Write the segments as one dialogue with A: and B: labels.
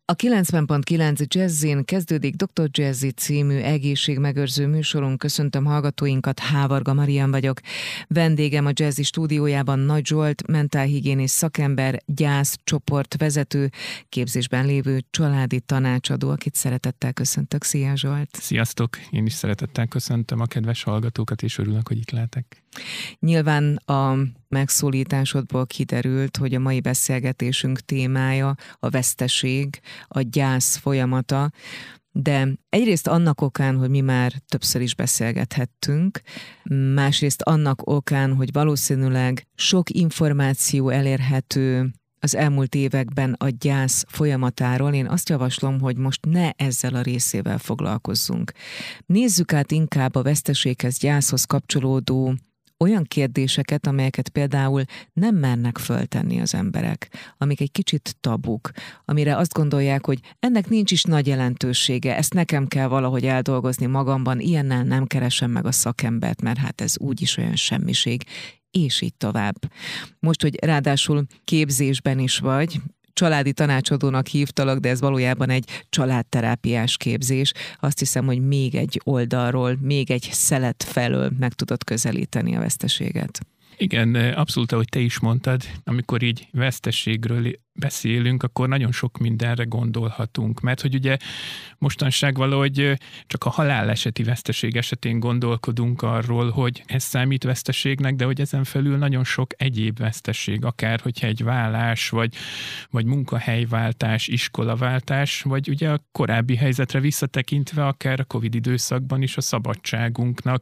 A: A 90.9 Jazzin kezdődik Dr. Jazzy című egészségmegőrző műsorunk. Köszöntöm hallgatóinkat, Hávarga Marian vagyok. Vendégem a Jazzy stúdiójában Nagy Zsolt, mentálhigiénész szakember, gyászcsoport vezető, képzésben lévő családi tanácsadó, akit szeretettel köszöntök. Szia Zsolt!
B: Sziasztok! Én is szeretettel köszöntöm a kedves hallgatókat, és örülök, hogy itt lehetek.
A: Nyilván a megszólításodból kiderült, hogy a mai beszélgetésünk témája a veszteség, a gyász folyamata, de egyrészt annak okán, hogy mi már többször is beszélgethettünk, másrészt annak okán, hogy valószínűleg sok információ elérhető az elmúlt években a gyász folyamatáról, én azt javaslom, hogy most ne ezzel a részével foglalkozzunk. Nézzük át inkább a veszteséghez, gyászhoz kapcsolódó olyan kérdéseket, amelyeket például nem mernek föltenni az emberek, amik egy kicsit tabuk, amire azt gondolják, hogy ennek nincs is nagy jelentősége, ezt nekem kell valahogy eldolgozni magamban, ilyennel nem keresem meg a szakembert, mert hát ez úgyis olyan semmiség, és így tovább. Most, hogy ráadásul képzésben is vagy, családi tanácsadónak hívtalak, de ez valójában egy családterápiás képzés. Azt hiszem, hogy még egy oldalról, még egy szelet felől meg tudod közelíteni a veszteséget.
B: Igen, abszolút, ahogy te is mondtad, amikor így veszteségről beszélünk, akkor nagyon sok mindenre gondolhatunk, mert hogy ugye mostanság valahogy csak a haláleseti veszteség esetén gondolkodunk arról, hogy ez számít veszteségnek, de hogy ezen felül nagyon sok egyéb veszteség, akár hogyha egy vállás, vagy munkahelyváltás, iskolaváltás, vagy ugye a korábbi helyzetre visszatekintve, akár a Covid időszakban is a szabadságunknak,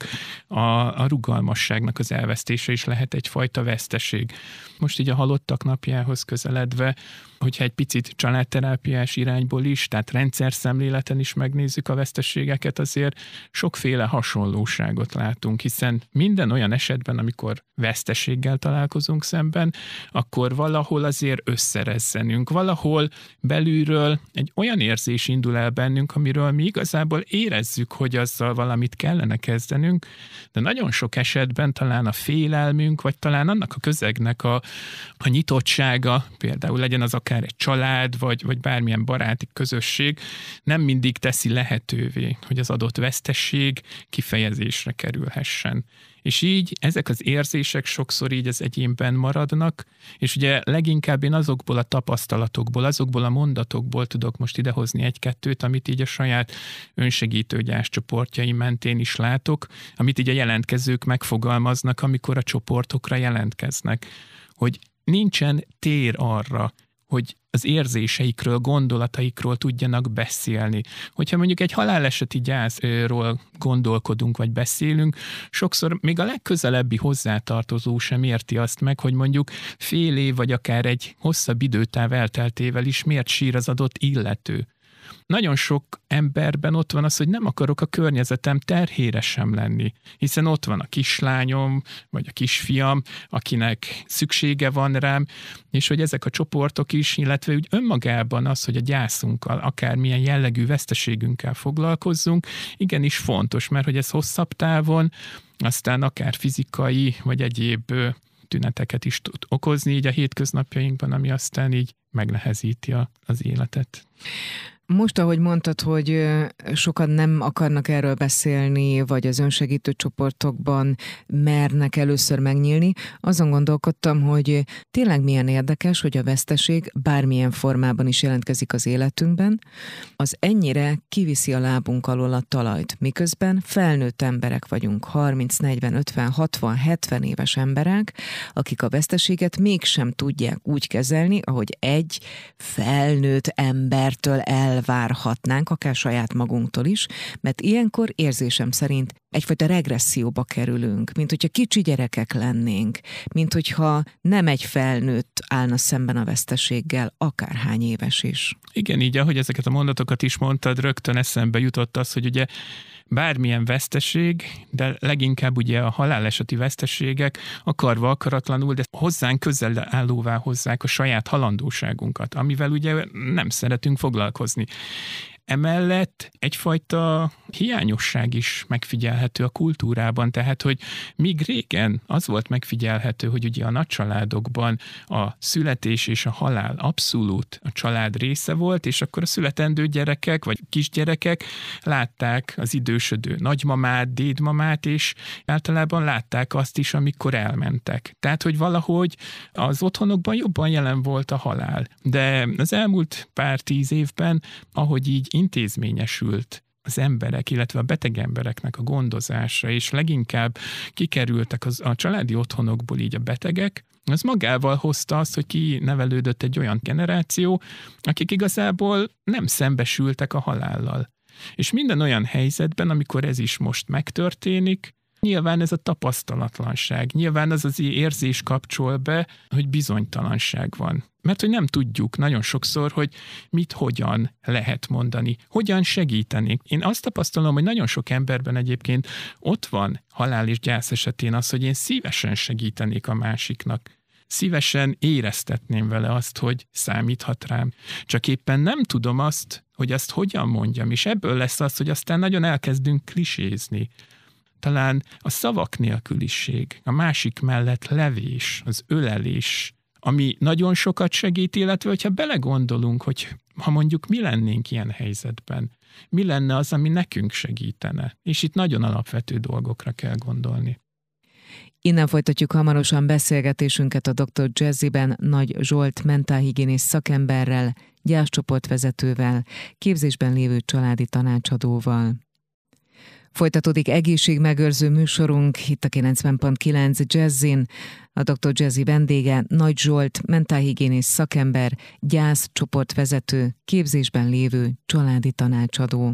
B: a rugalmasságnak az elvesztése is lehet egyfajta veszteség. Most így a halottak napjához közeledve, hogyha egy picit családterápiás irányból is, tehát rendszerszemléleten is megnézzük a veszteségeket, azért sokféle hasonlóságot látunk, hiszen minden olyan esetben, amikor veszteséggel találkozunk szemben, akkor valahol azért összerezzenünk, valahol belülről egy olyan érzés indul el bennünk, amiről mi igazából érezzük, hogy azzal valamit kellene kezdenünk, de nagyon sok esetben talán a félelmünk, vagy talán annak a közegnek a nyitottsága, például legyen az akár egy család, vagy bármilyen baráti közösség, nem mindig teszi lehetővé, hogy az adott vesztesség kifejezésre kerülhessen. És így ezek az érzések sokszor így az egyénben maradnak, és ugye leginkább én azokból a tapasztalatokból, azokból a mondatokból tudok most idehozni egy-kettőt, amit így a saját önsegítő gyászcsoportjaim mentén is látok, amit így a jelentkezők megfogalmaznak, amikor a csoportokra jelentkeznek, hogy nincsen tér arra, hogy az érzéseikről, gondolataikról tudjanak beszélni. Hogyha mondjuk egy haláleseti gyászról gondolkodunk, vagy beszélünk, sokszor még a legközelebbi hozzátartozó sem érti azt meg, hogy mondjuk fél év, vagy akár egy hosszabb időtáv elteltével is miért sír az adott illető. Nagyon sok emberben ott van az, hogy nem akarok a környezetem terhére sem lenni, hiszen ott van a kislányom, vagy a kisfiam, akinek szüksége van rám, és hogy ezek a csoportok is, illetve úgy önmagában az, hogy a gyászunkkal, akármilyen jellegű veszteségünkkel foglalkozzunk, igenis fontos, mert hogy ez hosszabb távon, aztán akár fizikai, vagy egyéb tüneteket is tud okozni így a hétköznapjainkban, ami aztán így megnehezíti az életet.
A: Most, ahogy mondtad, hogy sokan nem akarnak erről beszélni, vagy az önsegítő csoportokban mernek először megnyílni, azon gondolkodtam, hogy tényleg milyen érdekes, hogy a veszteség bármilyen formában is jelentkezik az életünkben, az ennyire kiviszi a lábunk alól a talajt, miközben felnőtt emberek vagyunk, 30, 40, 50, 60, 70 éves emberek, akik a veszteséget mégsem tudják úgy kezelni, ahogy egy felnőtt embertől elvárhatnánk, akár saját magunktól is, mert ilyenkor érzésem szerint egyfajta regresszióba kerülünk, mint hogyha kicsi gyerekek lennénk, mint hogyha nem egy felnőtt állna szemben a veszteséggel, akárhány éves is.
B: Igen, így ahogy ezeket a mondatokat is mondtad, rögtön eszembe jutott az, hogy ugye bármilyen veszteség, de leginkább ugye a haláleseti veszteségek akarva akaratlanul, de hozzánk közel állóvá hozzák a saját halandóságunkat, amivel ugye nem szeretünk foglalkozni. Emellett egyfajta hiányosság is megfigyelhető a kultúrában, tehát, hogy míg régen az volt megfigyelhető, hogy ugye a nagycsaládokban a születés és a halál abszolút a család része volt, és akkor a születendő gyerekek vagy kisgyerekek látták az idősödő nagymamát, dédmamát, és általában látták azt is, amikor elmentek. Tehát, hogy valahogy az otthonokban jobban jelen volt a halál. De az elmúlt pár 10 évben, ahogy így intézményesült az emberek, illetve a beteg embereknek a gondozása, és leginkább kikerültek a családi otthonokból így a betegek, az magával hozta azt, hogy kinevelődött egy olyan generáció, akik igazából nem szembesültek a halállal. És minden olyan helyzetben, amikor ez is most megtörténik, nyilván ez a tapasztalatlanság, nyilván az érzés kapcsol be, hogy bizonytalanság van. Mert hogy nem tudjuk nagyon sokszor, hogy mit, hogyan lehet mondani, hogyan segíteni. Én azt tapasztalom, hogy nagyon sok emberben egyébként ott van halál és gyász esetén az, hogy én szívesen segítenék a másiknak. Szívesen éreztetném vele azt, hogy számíthat rám. Csak éppen nem tudom azt, hogy azt hogyan mondjam, és ebből lesz az, hogy aztán nagyon elkezdünk klisézni. Talán a szavak nélküliség, a másik mellett levés, az ölelés, ami nagyon sokat segít, illetve hogyha belegondolunk, hogy ha mondjuk mi lennénk ilyen helyzetben, mi lenne az, ami nekünk segítene. És itt nagyon alapvető dolgokra kell gondolni.
A: Innen folytatjuk hamarosan beszélgetésünket a Dr. Jazzyben Nagy Zsolt mentálhigiénész szakemberrel, gyászcsoportvezetővel, képzésben lévő családi tanácsadóval. Folytatódik egészségmegőrző műsorunk itt a 90.9 Jazzin. A Dr. Jazzy vendége Nagy Zsolt, mentálhigiénész szakember, gyászcsoportvezető, képzésben lévő családi tanácsadó.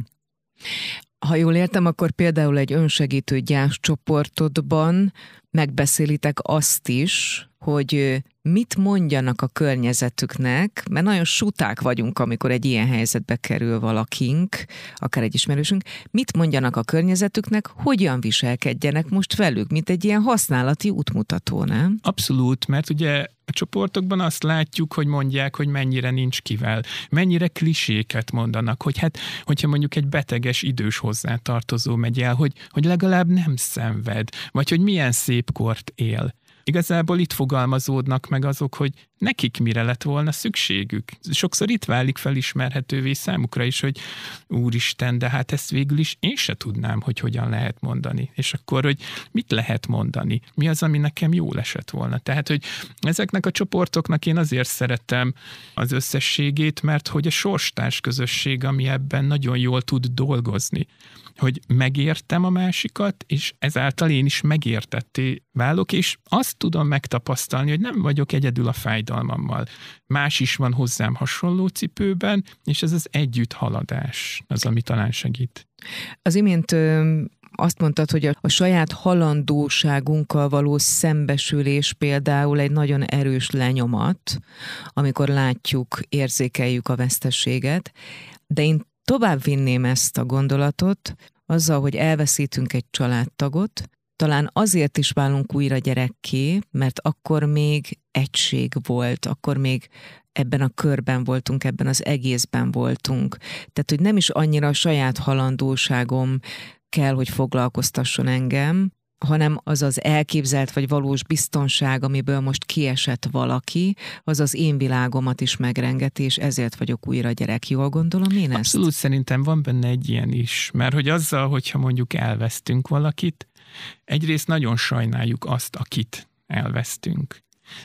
A: Ha jól értem, akkor például egy önsegítő gyászcsoportodban megbeszélitek azt is, hogy mit mondjanak a környezetüknek, mert nagyon suták vagyunk, amikor egy ilyen helyzetbe kerül valakink, akár egy ismerősünk, mit mondjanak a környezetüknek, hogyan viselkedjenek most velük, mint egy ilyen használati útmutató, nem?
B: Abszolút, mert ugye a csoportokban azt látjuk, hogy mondják, hogy mennyire nincs kivel, mennyire kliséket mondanak, hogy hát, hogyha mondjuk egy beteges idős hozzátartozó megy el, hogy legalább nem szenved, vagy hogy milyen szép kort él. Igazából itt fogalmazódnak meg azok, hogy nekik mire lett volna szükségük. Sokszor itt válik felismerhetővé számukra is, hogy úristen, de hát ezt végül is én se tudnám, hogy hogyan lehet mondani. És akkor, hogy mit lehet mondani? Mi az, ami nekem jól esett volna? Tehát, hogy ezeknek a csoportoknak én azért szeretem az összességét, mert hogy a sorstárs közösség, ami ebben nagyon jól tud dolgozni. Hogy megértem a másikat, és ezáltal én is megértetté válok, és azt tudom megtapasztalni, hogy nem vagyok egyedül a fájdalmammal. Más is van hozzám hasonló cipőben, és ez az együtthaladás az, ami talán segít.
A: Az imént azt mondtad, hogy a saját halandóságunkkal való szembesülés például egy nagyon erős lenyomat, amikor látjuk, érzékeljük a veszteséget, de én tovább vinném ezt a gondolatot azzal, hogy elveszítünk egy családtagot, talán azért is válunk újra gyerekké, mert akkor még egység volt, akkor még ebben a körben voltunk, ebben az egészben voltunk. Tehát, hogy nem is annyira a saját halandóságom kell, hogy foglalkoztasson engem, hanem az az elképzelt vagy valós biztonság, amiből most kiesett valaki, az az én világomat is megrengeti, és ezért vagyok újra gyerek. Jól gondolom én ezt?
B: Abszolút, szerintem van benne egy ilyen is, mert hogy azzal, hogyha mondjuk elvesztünk valakit, egyrészt nagyon sajnáljuk azt, akit elvesztünk.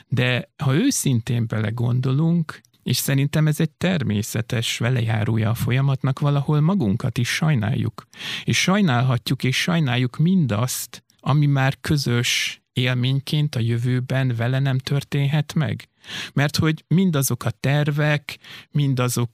B: De ha őszintén belegondolunk, és szerintem ez egy természetes velejárója a folyamatnak, valahol magunkat is sajnáljuk. És sajnálhatjuk, és sajnáljuk mindazt, ami már közös élményként a jövőben vele nem történhet meg. Mert hogy mindazok a tervek, mindazok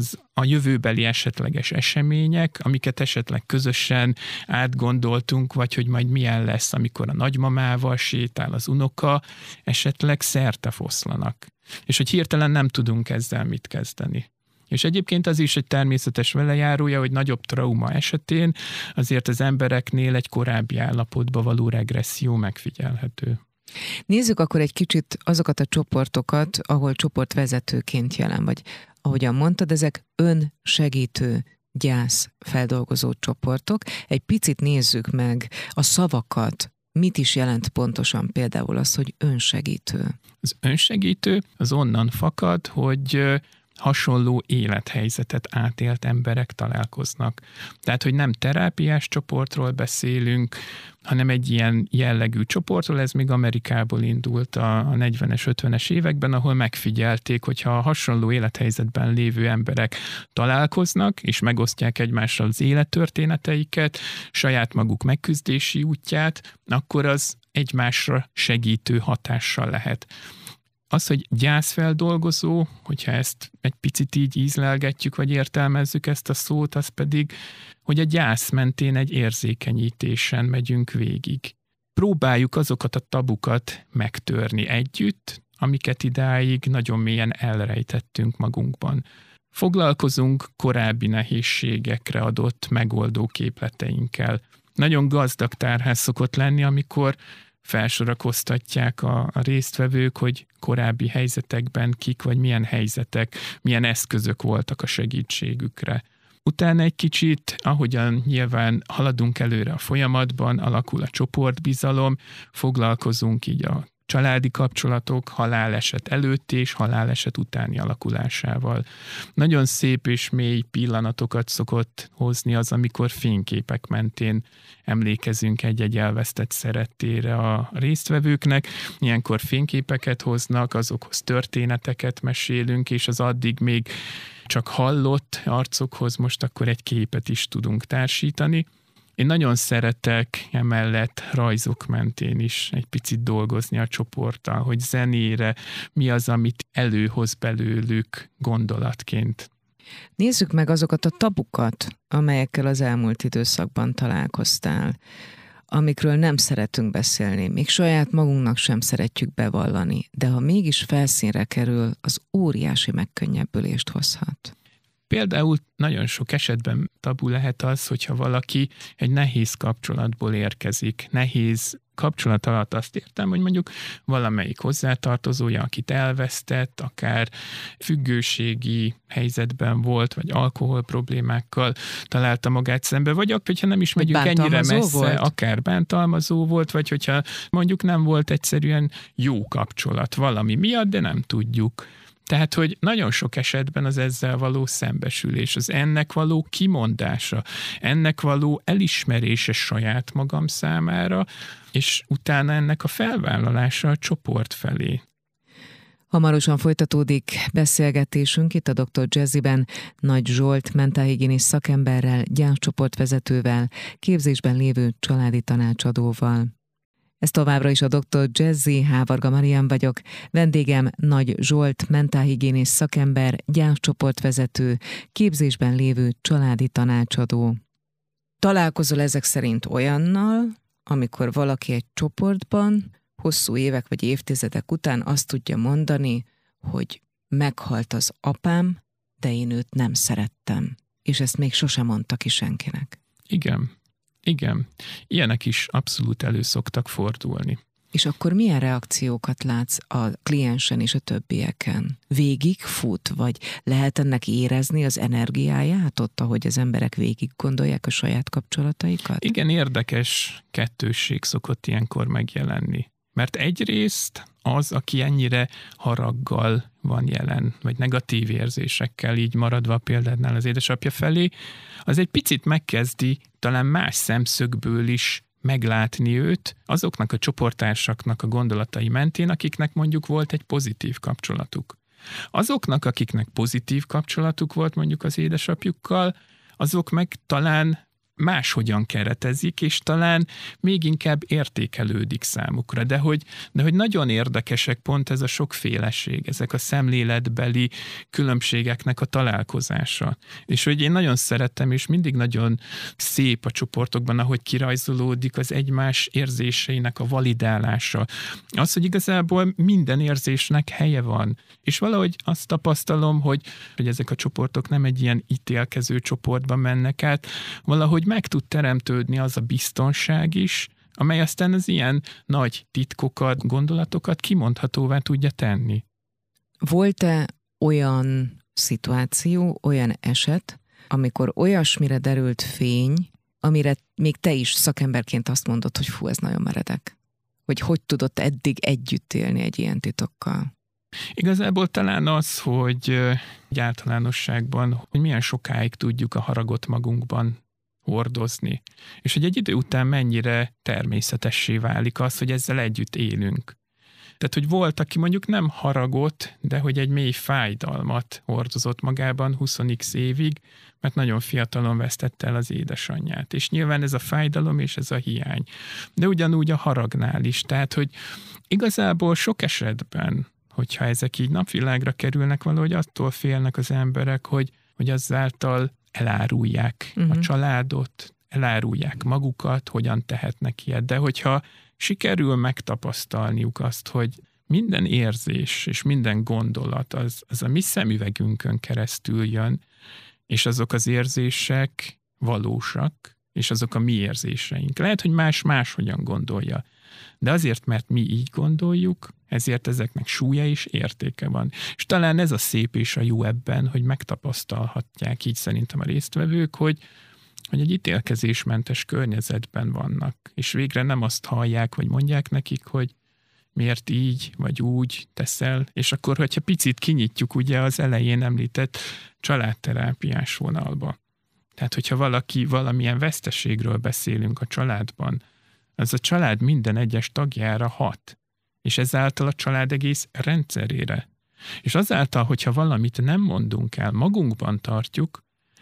B: a jövőbeli esetleges események, amiket esetleg közösen átgondoltunk, vagy hogy majd milyen lesz, amikor a nagymamával sétál az unoka, esetleg szertefoszlanak. És hogy hirtelen nem tudunk ezzel mit kezdeni. És egyébként az is egy természetes velejárója, hogy nagyobb trauma esetén azért az embereknél egy korábbi állapotba való regresszió megfigyelhető.
A: Nézzük akkor egy kicsit azokat a csoportokat, ahol csoportvezetőként jelen vagy. Ahogyan mondtad, ezek önsegítő gyász feldolgozó csoportok. Egy picit nézzük meg a szavakat. Mit is jelent pontosan például az, hogy önsegítő?
B: Az önsegítő az onnan fakad, hogy hasonló élethelyzetet átélt emberek találkoznak. Tehát, hogy nem terápiás csoportról beszélünk, hanem egy ilyen jellegű csoportról, ez még Amerikából indult a 40-es, 50-es években, ahol megfigyelték, hogyha a hasonló élethelyzetben lévő emberek találkoznak, és megosztják egymással az élettörténeteiket, saját maguk megküzdési útját, akkor az egymásra segítő hatással lehet. Az, hogy gyászfeldolgozó, hogyha ezt egy picit így ízlelgetjük, vagy értelmezzük ezt a szót, az pedig, hogy a gyász mentén egy érzékenyítésen megyünk végig. Próbáljuk azokat a tabukat megtörni együtt, amiket idáig nagyon mélyen elrejtettünk magunkban. Foglalkozunk korábbi nehézségekre adott megoldó képleteinkkel. Nagyon gazdag tárház szokott lenni, amikor felsorakoztatják a résztvevők, hogy korábbi helyzetekben kik vagy milyen helyzetek, milyen eszközök voltak a segítségükre. Utána egy kicsit, ahogyan nyilván haladunk előre a folyamatban, alakul a csoportbizalom, foglalkozunk így a családi kapcsolatok haláleset előtti és haláleset utáni alakulásával. Nagyon szép és mély pillanatokat szokott hozni az, amikor fényképek mentén emlékezünk egy-egy elvesztett szerettére a résztvevőknek. Ilyenkor fényképeket hoznak, azokhoz történeteket mesélünk, és az addig még csak hallott arcokhoz most akkor egy képet is tudunk társítani. Én nagyon szeretek emellett rajzok mentén is egy picit dolgozni a csoporttal, hogy zenére mi az, amit előhoz belőlük gondolatként.
A: Nézzük meg azokat a tabukat, amelyekkel az elmúlt időszakban találkoztál, amikről nem szeretünk beszélni, még saját magunknak sem szeretjük bevallani, de ha mégis felszínre kerül, az óriási megkönnyebbülést hozhat.
B: Például nagyon sok esetben tabu lehet az, hogyha valaki egy nehéz kapcsolatból érkezik. Nehéz kapcsolat alatt azt értem, hogy mondjuk valamelyik hozzátartozója, akit elvesztett, akár függőségi helyzetben volt, vagy alkohol problémákkal találta magát szembe, vagy akkor, hogyha nem is megyünk ennyire messze, volt? Akár bántalmazó volt, vagy hogyha mondjuk nem volt egyszerűen jó kapcsolat valami miatt, de nem tudjuk. Tehát, hogy nagyon sok esetben az ezzel való szembesülés, az ennek való kimondása, ennek való elismerése saját magam számára, és utána ennek a felvállalása a csoport felé.
A: Hamarosan folytatódik beszélgetésünk itt a Dr. Jazzyben Nagy Zsolt mentálhigiénész szakemberrel, gyászcsoportvezetővel, képzésben lévő családi tanácsadóval. Ez továbbra is a Dr. Jazzy, Hávarga Marian vagyok. Vendégem Nagy Zsolt, mentálhigiénész szakember, gyászcsoportvezető, képzésben lévő családi tanácsadó. Találkozol ezek szerint olyannal, amikor valaki egy csoportban hosszú évek vagy évtizedek után azt tudja mondani, hogy meghalt az apám, de én őt nem szerettem. És ezt még sosem mondta ki senkinek.
B: Igen, ilyenek is abszolút elő szoktak fordulni.
A: És akkor milyen reakciókat látsz a kliensen és a többieken? Végig fut, vagy lehet ennek érezni az energiáját ott, ahogy az emberek végig gondolják a saját kapcsolataikat?
B: Igen, érdekes kettősség szokott ilyenkor megjelenni. Mert egyrészt az, aki ennyire haraggal van jelen, vagy negatív érzésekkel, így maradva a példádnál az édesapja felé, az egy picit megkezdi talán más szemszögből is meglátni őt azoknak a csoporttársaknak a gondolatai mentén, akiknek mondjuk volt egy pozitív kapcsolatuk. Azoknak, akiknek pozitív kapcsolatuk volt mondjuk az édesapjukkal, azok meg talán máshogyan keretezik, és talán még inkább értékelődik számukra. De hogy nagyon érdekesek pont ez a sokféleség, ezek a szemléletbeli különbségeknek a találkozása. És hogy én nagyon szerettem, és mindig nagyon szép a csoportokban, ahogy kirajzolódik az egymás érzéseinek a validálása. Az, hogy igazából minden érzésnek helye van. És valahogy azt tapasztalom, hogy ezek a csoportok nem egy ilyen ítélkező csoportba mennek át, valahogy meg tud teremtődni az a biztonság is, amely aztán az ilyen nagy titkokat, gondolatokat kimondhatóvá tudja tenni.
A: Volt-e olyan szituáció, olyan eset, amikor olyasmire derült fény, amire még te is szakemberként azt mondod, hogy fú, ez nagyon meredek. Hogy tudott eddig együtt élni egy ilyen titokkal?
B: Igazából talán az, hogy egy általánosságban, hogy milyen sokáig tudjuk a haragot magunkban hordozni. És hogy egy idő után mennyire természetessé válik az, hogy ezzel együtt élünk. Tehát, hogy volt, aki mondjuk nem haragot, de hogy egy mély fájdalmat hordozott magában 20x évig, mert nagyon fiatalon vesztette el az édesanyját. És nyilván ez a fájdalom és ez a hiány. De ugyanúgy a haragnál is. Tehát, hogy igazából sok esetben, hogyha ezek így napvilágra kerülnek, valahogy attól félnek az emberek, hogy azáltal elárulják a családot, elárulják magukat, hogyan tehetnek ilyet. De hogyha sikerül megtapasztalniuk azt, hogy minden érzés és minden gondolat az a mi szemüvegünkön keresztül jön, és azok az érzések valósak, és azok a mi érzéseink. Lehet, hogy máshogyan gondolja, de azért, mert mi így gondoljuk, ezért ezeknek súlya és értéke van. És talán ez a szép és a jó ebben, hogy megtapasztalhatják így szerintem a résztvevők, hogy egy ítélkezésmentes környezetben vannak, és végre nem azt hallják, vagy mondják nekik, hogy miért így, vagy úgy teszel, és akkor, hogyha picit kinyitjuk ugye az elején említett családterápiás vonalba. Tehát, hogyha valamilyen veszteségről beszélünk a családban, az a család minden egyes tagjára hat, és ezáltal a család egész rendszerére. És azáltal, hogyha valamit nem mondunk el, magunkban tartjuk,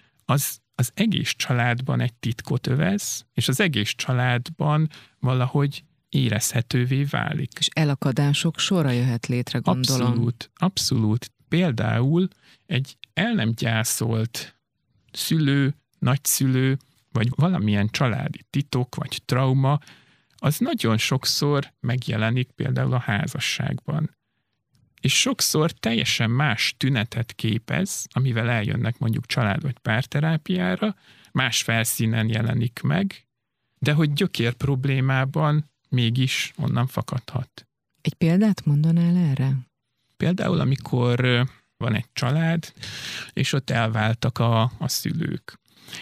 B: az egész családban egy titkot övez, és az egész családban valahogy érezhetővé válik.
A: És elakadások sorra jöhet létre, gondolom.
B: Abszolút. Például egy el nem gyászolt szülő, nagyszülő, vagy valamilyen családi titok, vagy trauma, az nagyon sokszor megjelenik például a házasságban. És sokszor teljesen más tünetet képez, amivel eljönnek mondjuk család- vagy párterápiára, más felszínen jelenik meg, de hogy gyökér problémában mégis onnan fakadhat.
A: Egy példát mondanál erre?
B: Például, amikor van egy család, és ott elváltak a szülők.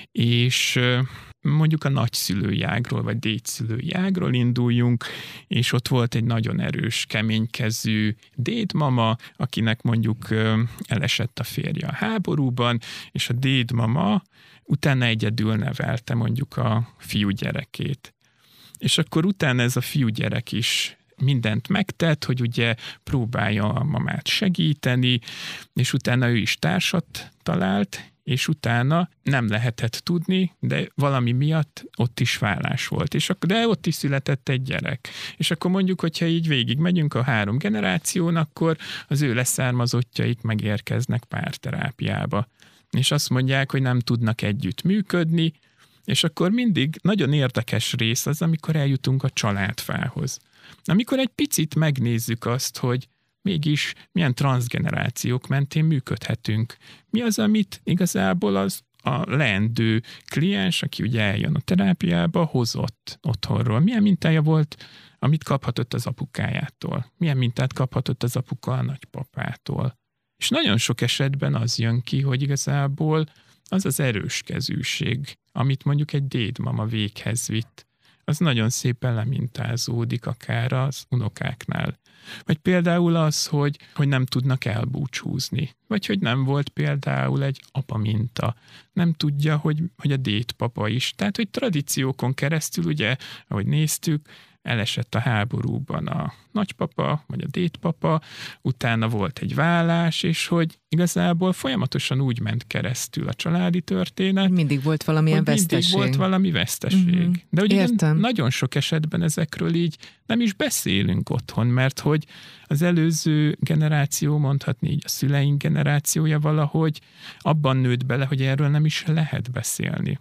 B: És mondjuk a nagyszülői ágról, vagy dédszülői ágról induljunk, és ott volt egy nagyon erős, keménykezű dédmama, akinek mondjuk elesett a férje a háborúban, és a dédmama utána egyedül nevelte mondjuk a fiúgyerekét. És akkor utána ez a fiúgyerek is mindent megtett, hogy ugye próbálja a mamát segíteni, és utána ő is társat talált, és utána nem lehetett tudni, de valami miatt ott is vállás volt. De ott is született egy gyerek. És akkor mondjuk, hogyha így végig megyünk a 3 generáción, akkor az ő leszármazottjaik megérkeznek párterápiába. És azt mondják, hogy nem tudnak együtt működni, és akkor mindig nagyon érdekes rész az, amikor eljutunk a családfához. Amikor egy picit megnézzük azt, hogy mégis milyen transzgenerációk mentén működhetünk. Mi az, amit igazából az a leendő kliens, aki ugye eljön a terápiába, hozott otthonról. Milyen mintája volt, amit kaphatott az apukájától? Milyen mintát kaphatott az apuka a nagypapától? És nagyon sok esetben az jön ki, hogy igazából az az erős kezűség, amit mondjuk egy dédmama véghez vitt, az nagyon szépen lemintázódik akár az unokáknál. Vagy például az, hogy nem tudnak elbúcsúzni. Vagy hogy nem volt például egy apa minta. Nem tudja, hogy a dédpapa is. Tehát, hogy tradíciókon keresztül, ugye, ahogy néztük, elesett a háborúban a nagypapa, vagy a dédpapa, utána volt egy vállás, és hogy igazából folyamatosan úgy ment keresztül a családi történet.
A: Mindig volt valamilyen veszteség.
B: Mindig volt valami veszteség.
A: Mm-hmm.
B: De ugye nagyon sok esetben ezekről így nem is beszélünk otthon, mert hogy az előző generáció, mondhatni így a szüleink generációja valahogy abban nőtt bele, hogy erről nem is lehet beszélni.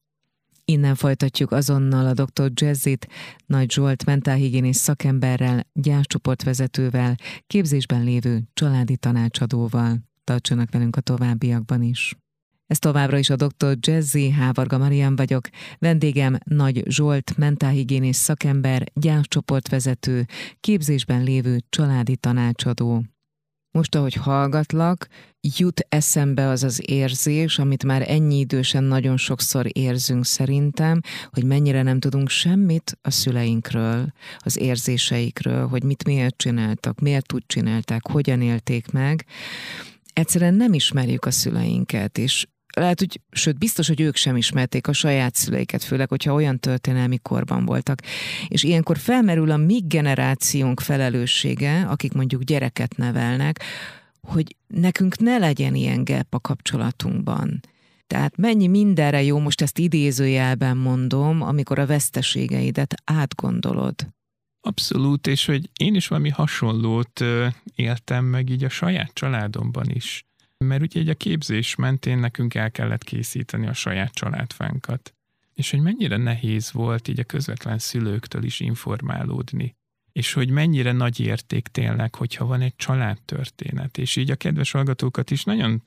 A: Innen folytatjuk azonnal a Dr. Jazzit, Nagy Zsolt mentálhigiénész szakemberrel, gyászcsoportvezetővel, képzésben lévő családi tanácsadóval. Tartsanak velünk a továbbiakban is. Ez továbbra is a Dr. Jazzy, Hávarga Marian vagyok. Vendégem Nagy Zsolt, mentálhigiénész szakember, gyászcsoportvezető, képzésben lévő családi tanácsadó. Most, ahogy hallgatlak, jut eszembe az az érzés, amit már ennyi idősen nagyon sokszor érzünk szerintem, hogy mennyire nem tudunk semmit a szüleinkről, az érzéseikről, hogy mit miért csináltak, miért úgy csinálták, hogyan élték meg. Egyszerűen nem ismerjük a szüleinket, és lehet, hogy, sőt, biztos, hogy ők sem ismerték a saját szüleiket, főleg, hogyha olyan történelmi korban voltak. És ilyenkor felmerül a mi generációnk felelőssége, akik mondjuk gyereket nevelnek, hogy nekünk ne legyen ilyen gap a kapcsolatunkban. Tehát mennyi mindenre jó, most ezt idézőjelben mondom, amikor a veszteségeidet átgondolod.
B: Abszolút, és hogy én is valami hasonlót éltem meg így a saját családomban is. Mert ugye a képzés mentén nekünk el kellett készíteni a saját családfánkat. És hogy mennyire nehéz volt így a közvetlen szülőktől is informálódni. És hogy mennyire nagy érték tényleg, hogyha van egy családtörténet. És így a kedves hallgatókat is nagyon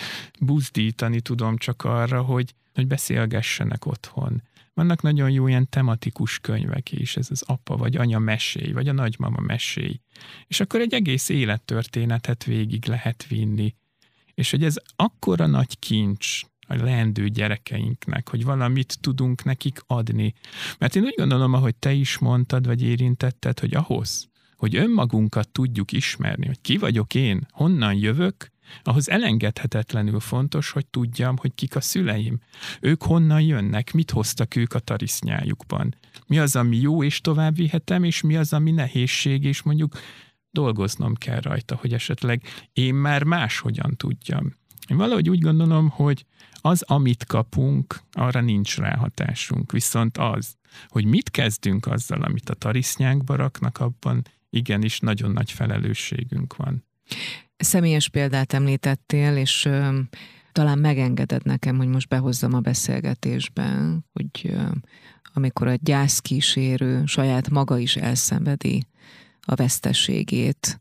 B: buzdítani tudom csak arra, hogy beszélgessenek otthon. Vannak nagyon jó ilyen tematikus könyvek is, ez az apa vagy anya mesély, vagy a nagymama mesély. És akkor egy egész élettörténetet végig lehet vinni. És hogy ez akkora nagy kincs a leendő gyerekeinknek, hogy valamit tudunk nekik adni. Mert én úgy gondolom, ahogy te is mondtad, vagy érintetted, hogy ahhoz, hogy önmagunkat tudjuk ismerni, hogy ki vagyok én, honnan jövök, ahhoz elengedhetetlenül fontos, hogy tudjam, hogy kik a szüleim. Ők honnan jönnek, mit hoztak ők a tarisznyájukban. Mi az, ami jó, és tovább vihetem, és mi az, ami nehézség, és mondjuk dolgoznom kell rajta, hogy esetleg én már máshogyan tudjam. Én valahogy úgy gondolom, hogy az, amit kapunk, arra nincs ráhatásunk. Viszont az, hogy mit kezdünk azzal, amit a tarisznyánkba raknak, abban igenis nagyon nagy felelősségünk van.
A: Személyes példát említettél, és talán megengeded nekem, hogy most behozzam a beszélgetésbe, hogy amikor a gyászkísérő saját maga is elszenvedi a veszteségét,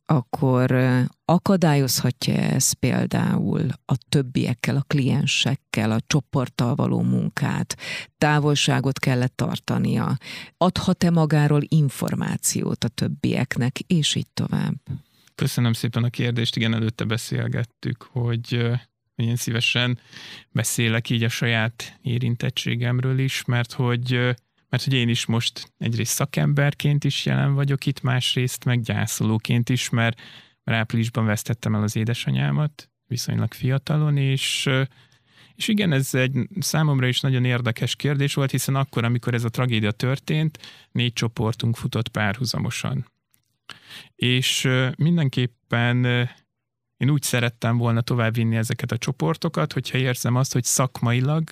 A: akkor akadályozhatja ez például a többiekkel, a kliensekkel, a csoporttal való munkát, távolságot kellett tartania, adhat-e magáról információt a többieknek, és így tovább?
B: Köszönöm szépen a kérdést, igen, előtte beszélgettük, hogy én szívesen beszélek így a saját érintettségemről is, mert hogy én is most egyrészt szakemberként is jelen vagyok itt, másrészt meg gyászolóként is, mert áprilisban vesztettem el az édesanyámat, viszonylag fiatalon, és igen, ez egy számomra is nagyon érdekes kérdés volt, hiszen akkor, amikor ez a tragédia történt, 4 csoportunk futott párhuzamosan. És mindenképpen én úgy szerettem volna továbbvinni ezeket a csoportokat, hogyha érzem azt, hogy szakmailag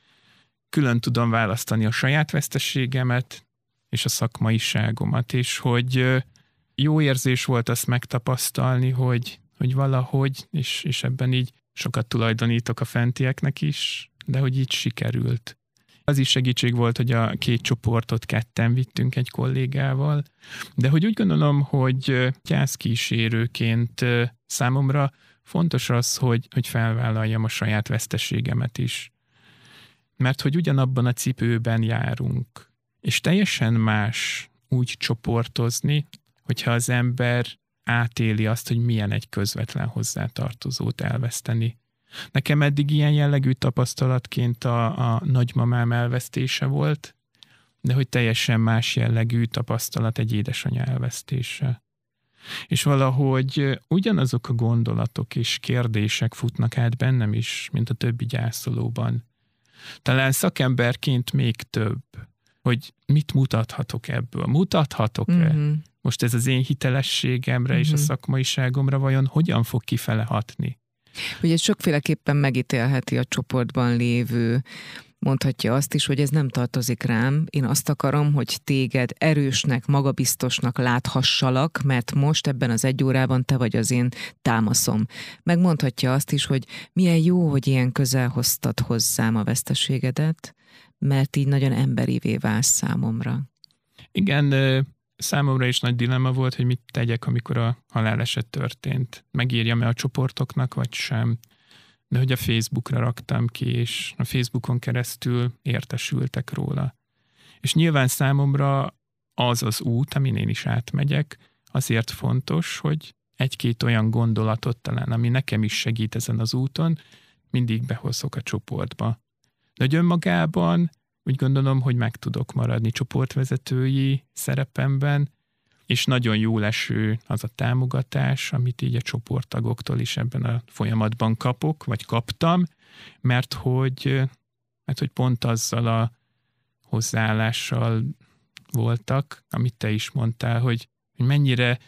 B: külön tudom választani a saját veszteségemet és a szakmaiságomat, és hogy jó érzés volt azt megtapasztalni, hogy valahogy, és ebben így sokat tulajdonítok a fentieknek is, de hogy így sikerült. Az is segítség volt, hogy a 2 csoportot ketten vittünk egy kollégával, de hogy úgy gondolom, hogy gyászkísérőként számomra fontos az, hogy felvállaljam a saját veszteségemet is. Mert hogy ugyanabban a cipőben járunk. És teljesen más úgy csoportozni, hogyha az ember átéli azt, hogy milyen egy közvetlen hozzátartozót elveszteni. Nekem eddig ilyen jellegű tapasztalatként a nagymamám elvesztése volt, de hogy teljesen más jellegű tapasztalat egy édesanyja elvesztése. És valahogy ugyanazok a gondolatok és kérdések futnak át bennem is, mint a többi gyászolóban. Talán szakemberként még több, hogy mit mutathatok ebből. Mutathatok-e? Most ez az én hitelességemre és a szakmaiságomra vajon hogyan fog kifele hatni?
A: Hogy ez sokféleképpen megítélheti a csoportban lévő, mondhatja azt is, hogy ez nem tartozik rám, én azt akarom, hogy téged erősnek, magabiztosnak láthassalak, mert most ebben az 1 órában te vagy az én támaszom. Megmondhatja azt is, hogy milyen jó, hogy ilyen közel hoztad hozzám a veszteségedet, mert így nagyon emberivé válsz számomra.
B: Igen, számomra is nagy dilemma volt, hogy mit tegyek, amikor a haláleset történt. Megírjam-e a csoportoknak, vagy sem. De hogy a Facebookra raktam ki, és a Facebookon keresztül értesültek róla. És nyilván számomra az az út, amin én is átmegyek, azért fontos, hogy egy-két olyan gondolatot talán, ami nekem is segít ezen az úton, mindig behozok a csoportba. De hogy önmagában úgy gondolom, hogy meg tudok maradni csoportvezetői szerepemben, és nagyon jól eső az a támogatás, amit így a csoporttagoktól is ebben a folyamatban kapok, vagy kaptam, mert hogy pont azzal a hozzáállással voltak, amit te is mondtál, hogy mennyire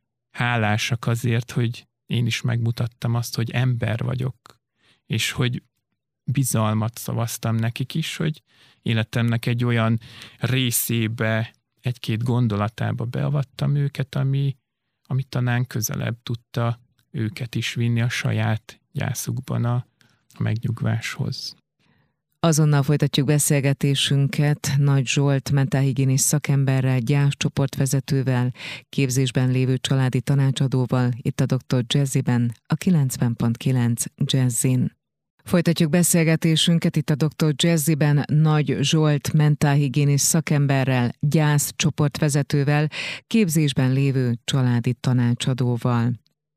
B: hálásak azért, hogy én is megmutattam azt, hogy ember vagyok, és hogy bizalmat szavaztam nekik is, hogy életemnek egy olyan részébe, egy-két gondolatába beavattam őket, ami talán közelebb tudta őket is vinni a saját gyászukban a megnyugváshoz.
A: Azonnal folytatjuk beszélgetésünket Nagy Zsolt mentálhigiénés szakemberrel, gyászcsoportvezetővel, képzésben lévő családi tanácsadóval, itt a Dr. Jazzyben, a 90.9 Jazzin. Folytatjuk beszélgetésünket itt a Dr. Jazzyben Nagy Zsolt mentálhigiénés szakemberrel, gyászcsoportvezetővel, képzésben lévő családi tanácsadóval.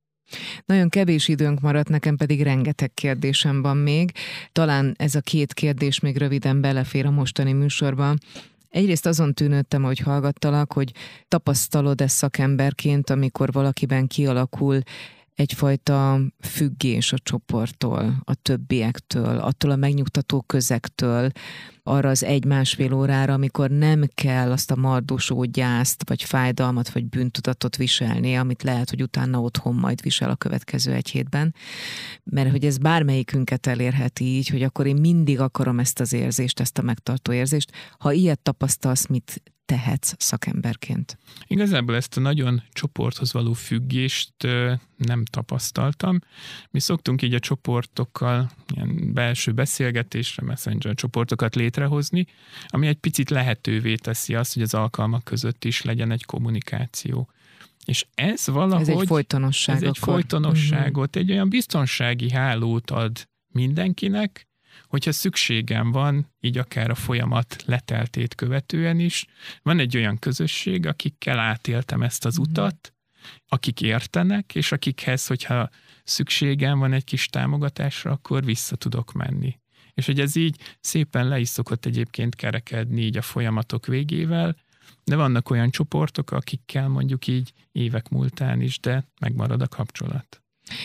A: Nagyon kevés időnk maradt, nekem pedig rengeteg kérdésem van még. Talán ez a 2 kérdés még röviden belefér a mostani műsorba. Egyrészt azon tűnődtem, hogy hallgattalak, hogy tapasztalod-e szakemberként, amikor valakiben kialakul egyfajta függés a csoporttól, a többiektől, attól a megnyugtató közektől, arra az 1-1,5 órára, amikor nem kell azt a mardosó gyászt, vagy fájdalmat, vagy bűntudatot viselni, amit lehet, hogy utána otthon majd visel a következő 1 hétben. Mert hogy ez bármelyikünket elérheti így, hogy akkor én mindig akarom ezt az érzést, ezt a megtartó érzést. Ha ilyet tapasztalsz, mit tehetsz szakemberként?
B: Igazából ezt a nagyon csoporthoz való függést nem tapasztaltam. Mi szoktunk így a csoportokkal ilyen belső beszélgetésre, messenger csoportokat létrehozni, ami egy picit lehetővé teszi azt, hogy az alkalmak között is legyen egy kommunikáció. És ez valahogy...
A: Ez egy folytonosság.
B: Ez egy folytonosságot, egy olyan biztonsági hálót ad mindenkinek, hogyha szükségem van, így akár a folyamat leteltét követően is, van egy olyan közösség, akikkel átéltem ezt az utat, akik értenek, és akikhez, hogyha szükségem van egy kis támogatásra, akkor vissza tudok menni. És hogy ez így szépen le is szokott egyébként kerekedni így a folyamatok végével, de vannak olyan csoportok, akikkel mondjuk így évek múltán is, de megmarad a kapcsolat.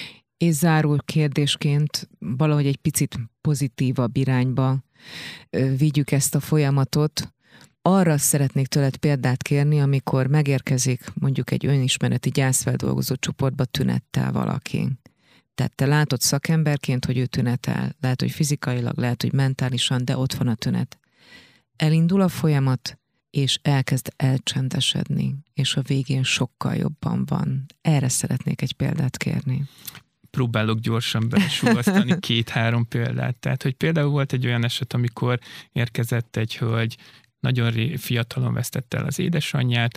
A: És záró kérdésként valahogy egy picit pozitívabb irányba vigyük ezt a folyamatot. Arra szeretnék tőled példát kérni, amikor megérkezik mondjuk egy önismereti gyászfeldolgozó csoportba tünettel valaki. Tehát te látod szakemberként, hogy ő tünetel. Lehet, hogy fizikailag, lehet, hogy mentálisan, de ott van a tünet. Elindul a folyamat, és elkezd elcsendesedni, és a végén sokkal jobban van. Erre szeretnék egy példát kérni.
B: Próbálok gyorsan besúvasztani 2-3 példát. Tehát, hogy például volt egy olyan eset, amikor érkezett egy hölgy, nagyon fiatalon vesztette el az édesanyját,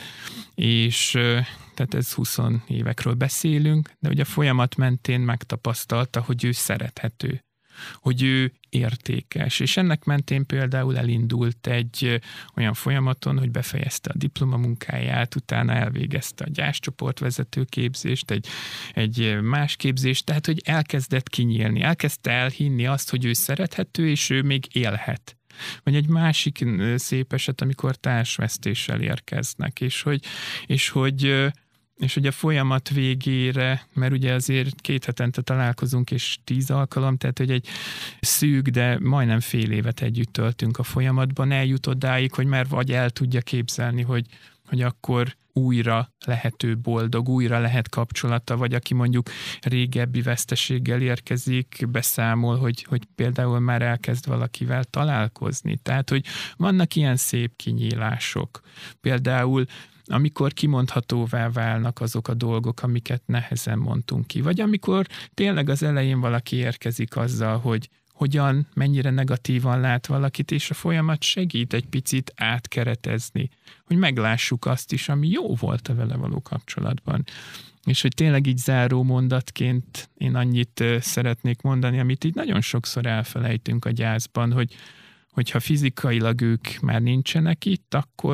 B: és tehát ez 20 évekről beszélünk, de ugye a folyamat mentén megtapasztalta, hogy ő szerethető, hogy ő értékes, és ennek mentén például elindult egy olyan folyamaton, hogy befejezte a diplomamunkáját, utána elvégezte a gyászcsoportvezető képzést, egy más képzést, tehát hogy elkezdett kinyílni, elkezdte elhinni azt, hogy ő szerethető, és ő még élhet. Vagy egy másik szép eset, amikor társvesztéssel érkeznek, és hogy a folyamat végére, mert ugye azért 2 hetente találkozunk, és 10 alkalom, tehát hogy egy szűk, de majdnem fél évet együtt töltünk a folyamatban, eljut odáig, hogy már vagy el tudja képzelni, hogy akkor újra lehető boldog, újra lehet kapcsolata, vagy aki mondjuk régebbi veszteséggel érkezik, beszámol, hogy például már elkezd valakivel találkozni. Tehát, hogy vannak ilyen szép kinyílások. Például amikor kimondhatóvá válnak azok a dolgok, amiket nehezen mondtunk ki. Vagy amikor tényleg az elején valaki érkezik azzal, hogy hogyan, mennyire negatívan lát valakit, és a folyamat segít egy picit átkeretezni, hogy meglássuk azt is, ami jó volt a vele való kapcsolatban. És hogy tényleg így záró mondatként én annyit szeretnék mondani, amit így nagyon sokszor elfelejtünk a gyászban, hogy ha fizikailag ők már nincsenek itt, akkor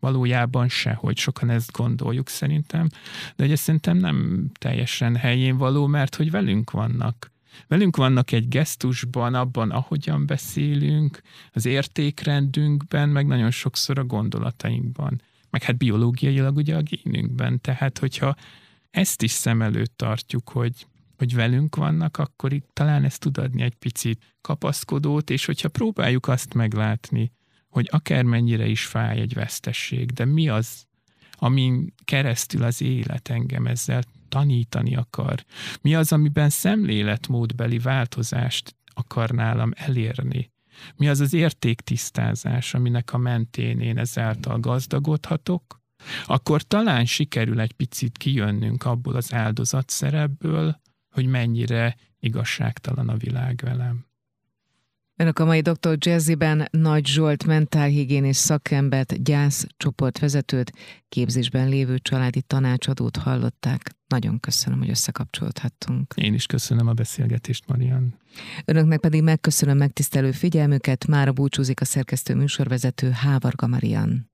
B: valójában sehogy. Sokan ezt gondoljuk szerintem, de ugye szerintem nem teljesen helyén való, mert hogy velünk vannak. Velünk vannak egy gesztusban, abban, ahogyan beszélünk, az értékrendünkben, meg nagyon sokszor a gondolatainkban. Meg hát biológiailag ugye a génünkben. Tehát, hogyha ezt is szem előtt tartjuk, hogy velünk vannak, akkor itt talán ez tud adni egy picit kapaszkodót, és hogyha próbáljuk azt meglátni, hogy akármennyire is fáj egy vesztesség, de mi az, amin keresztül az élet engem ezzel tanítani akar? Mi az, amiben szemléletmódbeli változást akar nálam elérni? Mi az az értéktisztázás, aminek a mentén én ezáltal gazdagodhatok? Akkor talán sikerül egy picit kijönnünk abból az áldozatszerepből, hogy mennyire igazságtalan a világ velem.
A: Önök a mai Dr. Jazzyben Nagy Zsolt mentálhigiénés szakembert, gyászcsoportvezetőt, képzésben lévő családi tanácsadót hallották. Nagyon köszönöm, hogy összekapcsolódhattunk.
B: Én is köszönöm a beszélgetést, Marian.
A: Önöknek pedig megköszönöm megtisztelő figyelmüket, mára búcsúzik a szerkesztő műsorvezető Hávarga Marian.